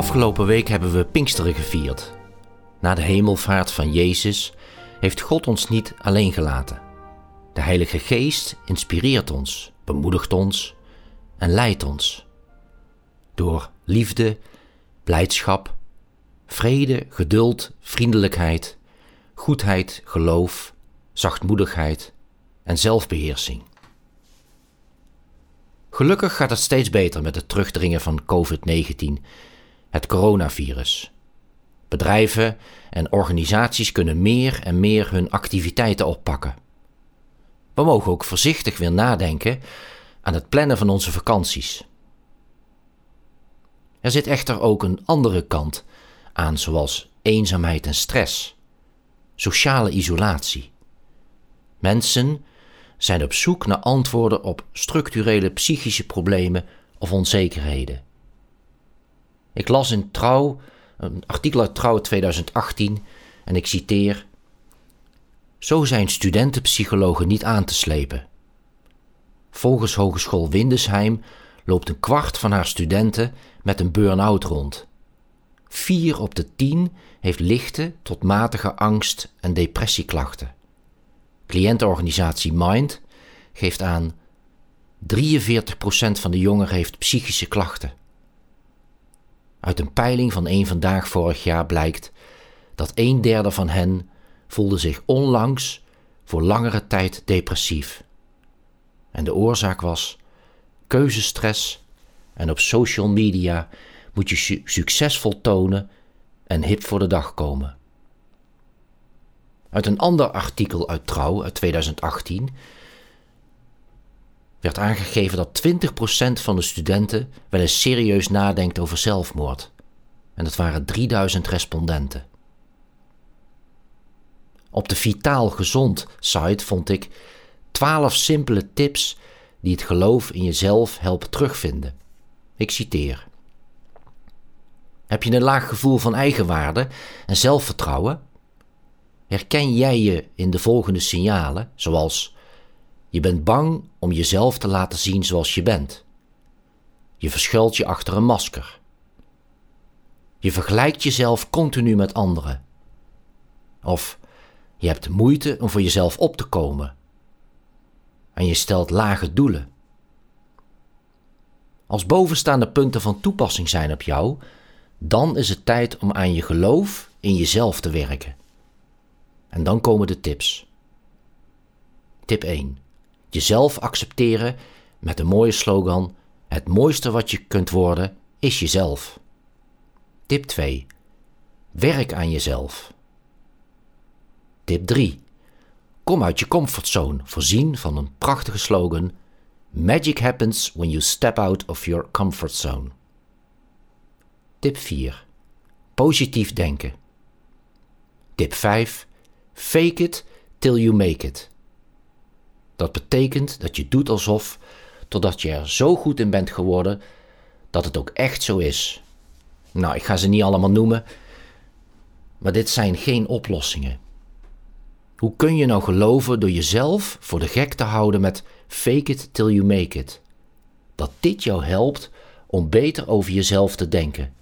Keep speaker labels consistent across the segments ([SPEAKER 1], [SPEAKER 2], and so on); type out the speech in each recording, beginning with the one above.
[SPEAKER 1] Afgelopen week hebben we Pinksteren gevierd. Na de hemelvaart van Jezus heeft God ons niet alleen gelaten. De Heilige Geest inspireert ons, bemoedigt ons en leidt ons. Door liefde, blijdschap, vrede, geduld, vriendelijkheid, goedheid, geloof, zachtmoedigheid en zelfbeheersing. Gelukkig gaat het steeds beter met het terugdringen van COVID-19, het coronavirus. Bedrijven en organisaties kunnen meer en meer hun activiteiten oppakken. We mogen ook voorzichtig weer nadenken aan het plannen van onze vakanties. Er zit echter ook een andere kant aan, zoals eenzaamheid en stress, sociale isolatie. Mensen zijn op zoek naar antwoorden op structurele psychische problemen of onzekerheden. Ik las in Trouw een artikel uit Trouw 2018 en ik citeer: "Zo zijn studentenpsychologen niet aan te slepen. Volgens Hogeschool Windesheim loopt een kwart van haar studenten met een burn-out rond. 4 op de 10 heeft lichte tot matige angst- en depressieklachten. Cliëntenorganisatie Mind geeft aan: 43% van de jongeren heeft psychische klachten. Uit een peiling van Eén Vandaag vorig jaar blijkt dat 1/3 van hen voelde zich onlangs voor langere tijd depressief. En de oorzaak was keuzestress en op social media moet je succesvol tonen en hip voor de dag komen." Uit een ander artikel uit Trouw uit 2018 werd aangegeven dat 20% van de studenten wel eens serieus nadenkt over zelfmoord. En dat waren 3000 respondenten. Op de Vitaal Gezond site vond ik 12 simpele tips die het geloof in jezelf helpen terugvinden. Ik citeer: "Heb je een laag gevoel van eigenwaarde en zelfvertrouwen? Herken jij je in de volgende signalen, zoals: je bent bang om jezelf te laten zien zoals je bent. Je verschuilt je achter een masker. Je vergelijkt jezelf continu met anderen. Of je hebt moeite om voor jezelf op te komen. En je stelt lage doelen. Als bovenstaande punten van toepassing zijn op jou, dan is het tijd om aan je geloof in jezelf te werken. En dan komen de tips. Tip 1. Jezelf accepteren met een mooie slogan: het mooiste wat je kunt worden is jezelf. Tip 2. Werk aan jezelf. Tip 3. Kom uit je comfortzone, voorzien van een prachtige slogan: Magic happens when you step out of your comfort zone. Tip 4. Positief denken. Tip 5. Fake it till you make it. Dat betekent dat je doet alsof, totdat je er zo goed in bent geworden dat het ook echt zo is. Nou, ik ga ze niet allemaal noemen, maar dit zijn geen oplossingen. Hoe kun je nou geloven door jezelf voor de gek te houden met fake it till you make it? Dat dit jou helpt om beter over jezelf te denken.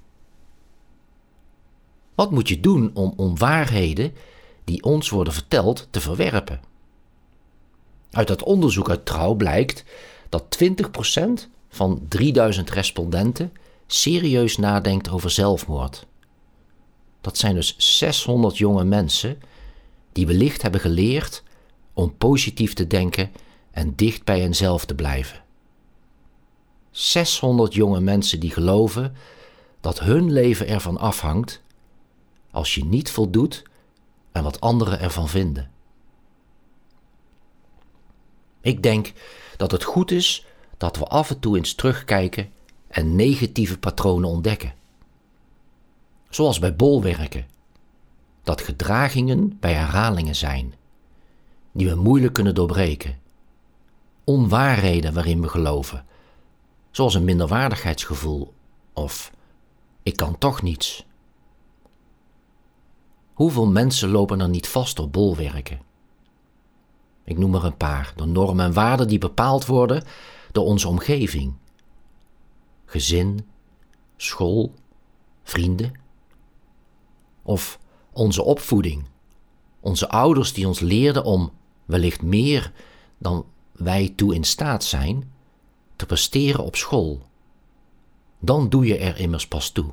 [SPEAKER 1] Wat moet je doen om onwaarheden die ons worden verteld te verwerpen? Uit dat onderzoek uit Trouw blijkt dat 20% van 3000 respondenten serieus nadenkt over zelfmoord. Dat zijn dus 600 jonge mensen die wellicht hebben geleerd om positief te denken en dicht bij henzelf te blijven. 600 jonge mensen die geloven dat hun leven ervan afhangt als je niet voldoet aan wat anderen ervan vinden. Ik denk dat het goed is dat we af en toe eens terugkijken en negatieve patronen ontdekken. Zoals bij bolwerken, dat gedragingen bij herhalingen zijn, die we moeilijk kunnen doorbreken. Onwaarheden waarin we geloven, zoals een minderwaardigheidsgevoel of ik kan toch niets. Hoeveel mensen lopen er niet vast door bolwerken? Ik noem er een paar, door normen en waarden die bepaald worden door onze omgeving. Gezin, school, vrienden? Of onze opvoeding, onze ouders die ons leerden om wellicht meer dan wij toe in staat zijn te presteren op school? Dan doe je er immers pas toe.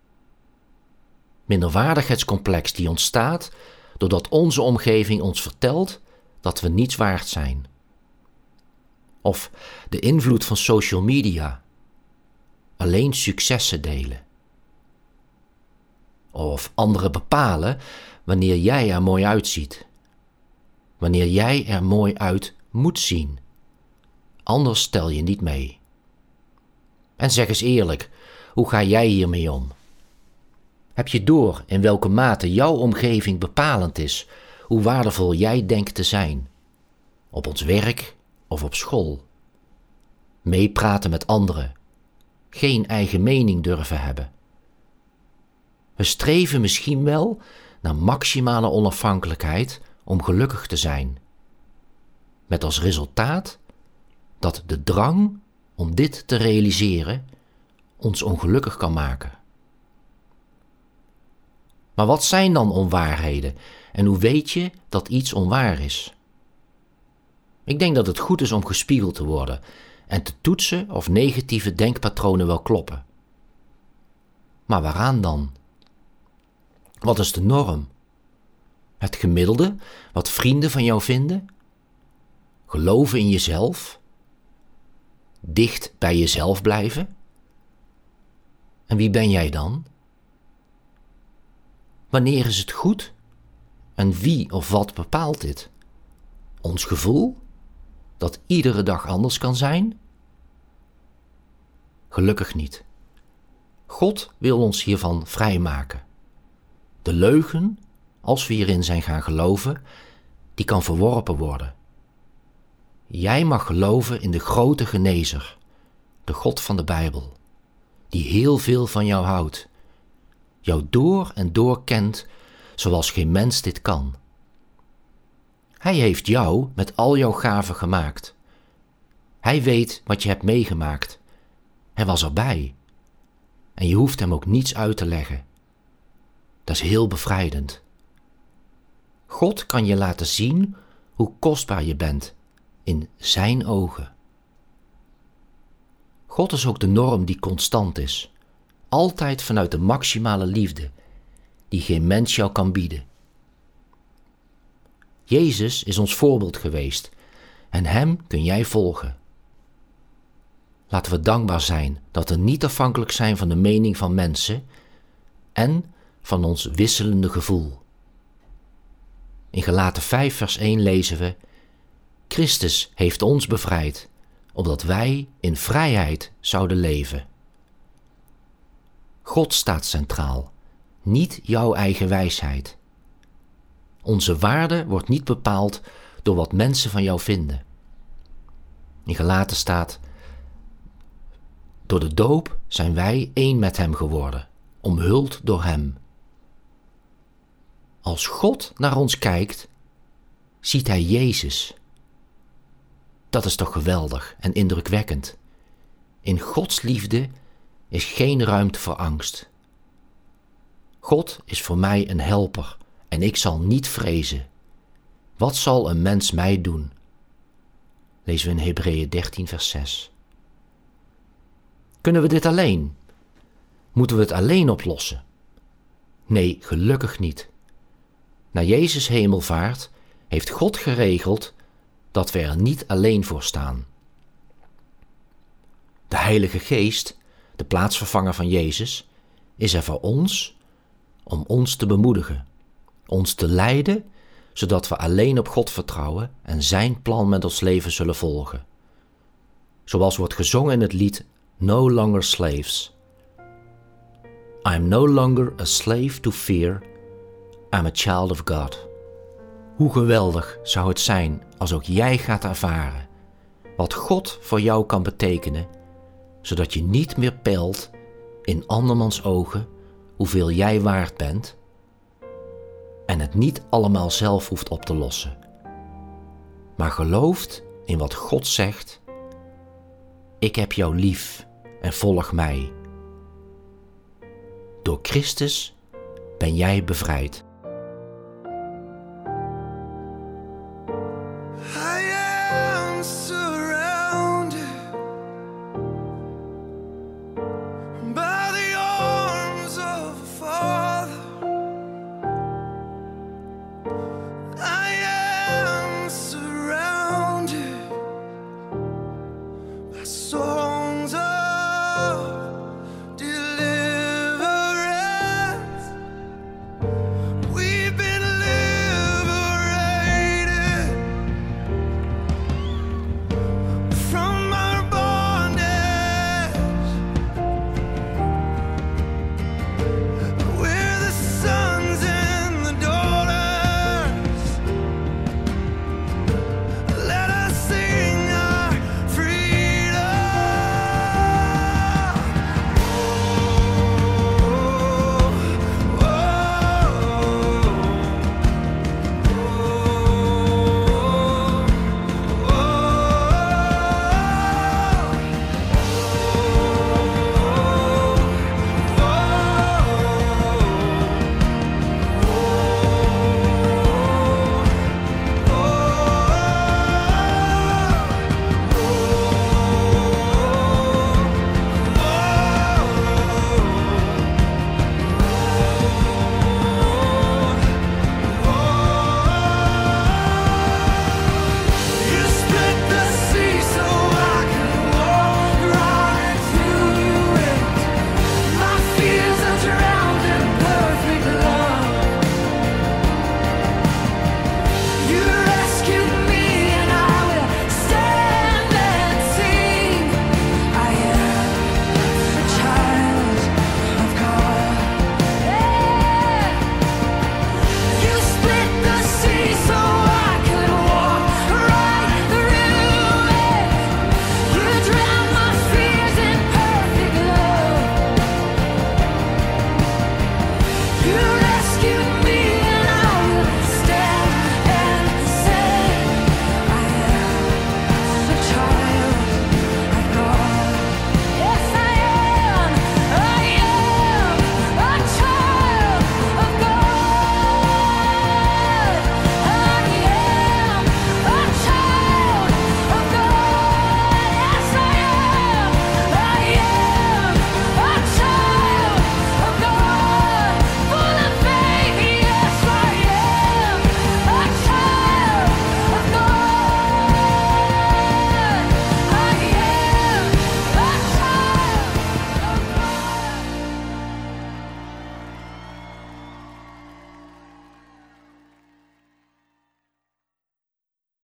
[SPEAKER 1] Minderwaardigheidscomplex die ontstaat doordat onze omgeving ons vertelt dat we niets waard zijn. Of de invloed van social media. Alleen successen delen. Of anderen bepalen wanneer jij er mooi uitziet. Wanneer jij er mooi uit moet zien. Anders stel je niet mee. En zeg eens eerlijk, hoe ga jij hiermee om? Heb je door in welke mate jouw omgeving bepalend is, hoe waardevol jij denkt te zijn? Op ons werk of op school? Meepraten met anderen. Geen eigen mening durven hebben. We streven misschien wel naar maximale onafhankelijkheid om gelukkig te zijn. Met als resultaat dat de drang om dit te realiseren ons ongelukkig kan maken. Maar wat zijn dan onwaarheden en hoe weet je dat iets onwaar is? Ik denk dat het goed is om gespiegeld te worden en te toetsen of negatieve denkpatronen wel kloppen. Maar waaraan dan? Wat is de norm? Het gemiddelde, wat vrienden van jou vinden? Geloven in jezelf? Dicht bij jezelf blijven? En wie ben jij dan? Wanneer is het goed? En wie of wat bepaalt dit? Ons gevoel? Dat iedere dag anders kan zijn? Gelukkig niet. God wil ons hiervan vrijmaken. De leugen, als we hierin zijn gaan geloven, die kan verworpen worden. Jij mag geloven in de grote genezer, de God van de Bijbel, die heel veel van jou houdt, jou door en door kent zoals geen mens dit kan. Hij heeft jou met al jouw gaven gemaakt. Hij weet wat je hebt meegemaakt. Hij was erbij. En je hoeft hem ook niets uit te leggen. Dat is heel bevrijdend. God kan je laten zien hoe kostbaar je bent in zijn ogen. God is ook de norm die constant is. Altijd vanuit de maximale liefde, die geen mens jou kan bieden. Jezus is ons voorbeeld geweest en hem kun jij volgen. Laten we dankbaar zijn dat we niet afhankelijk zijn van de mening van mensen en van ons wisselende gevoel. In Galaten 5 vers 1 lezen we: Christus heeft ons bevrijd, opdat wij in vrijheid zouden leven. God staat centraal, niet jouw eigen wijsheid. Onze waarde wordt niet bepaald door wat mensen van jou vinden. In Galaten staat: door de doop zijn wij één met hem geworden, omhuld door hem. Als God naar ons kijkt, ziet hij Jezus. Dat is toch geweldig en indrukwekkend. In Gods liefde is geen ruimte voor angst. God is voor mij een helper en ik zal niet vrezen. Wat zal een mens mij doen? Lezen we in Hebreeën 13 vers 6. Kunnen we dit alleen? Moeten we het alleen oplossen? Nee, gelukkig niet. Na Jezus' hemelvaart heeft God geregeld dat we er niet alleen voor staan. De Heilige Geest, de plaatsvervanger van Jezus, is er voor ons om ons te bemoedigen, ons te leiden, zodat we alleen op God vertrouwen en zijn plan met ons leven zullen volgen. Zoals wordt gezongen in het lied No Longer Slaves. I am no longer a slave to fear, I'm a child of God. Hoe geweldig zou het zijn als ook jij gaat ervaren wat God voor jou kan betekenen, zodat je niet meer peilt in andermans ogen hoeveel jij waard bent en het niet allemaal zelf hoeft op te lossen, maar gelooft in wat God zegt: ik heb jou lief en volg mij. Door Christus ben jij bevrijd.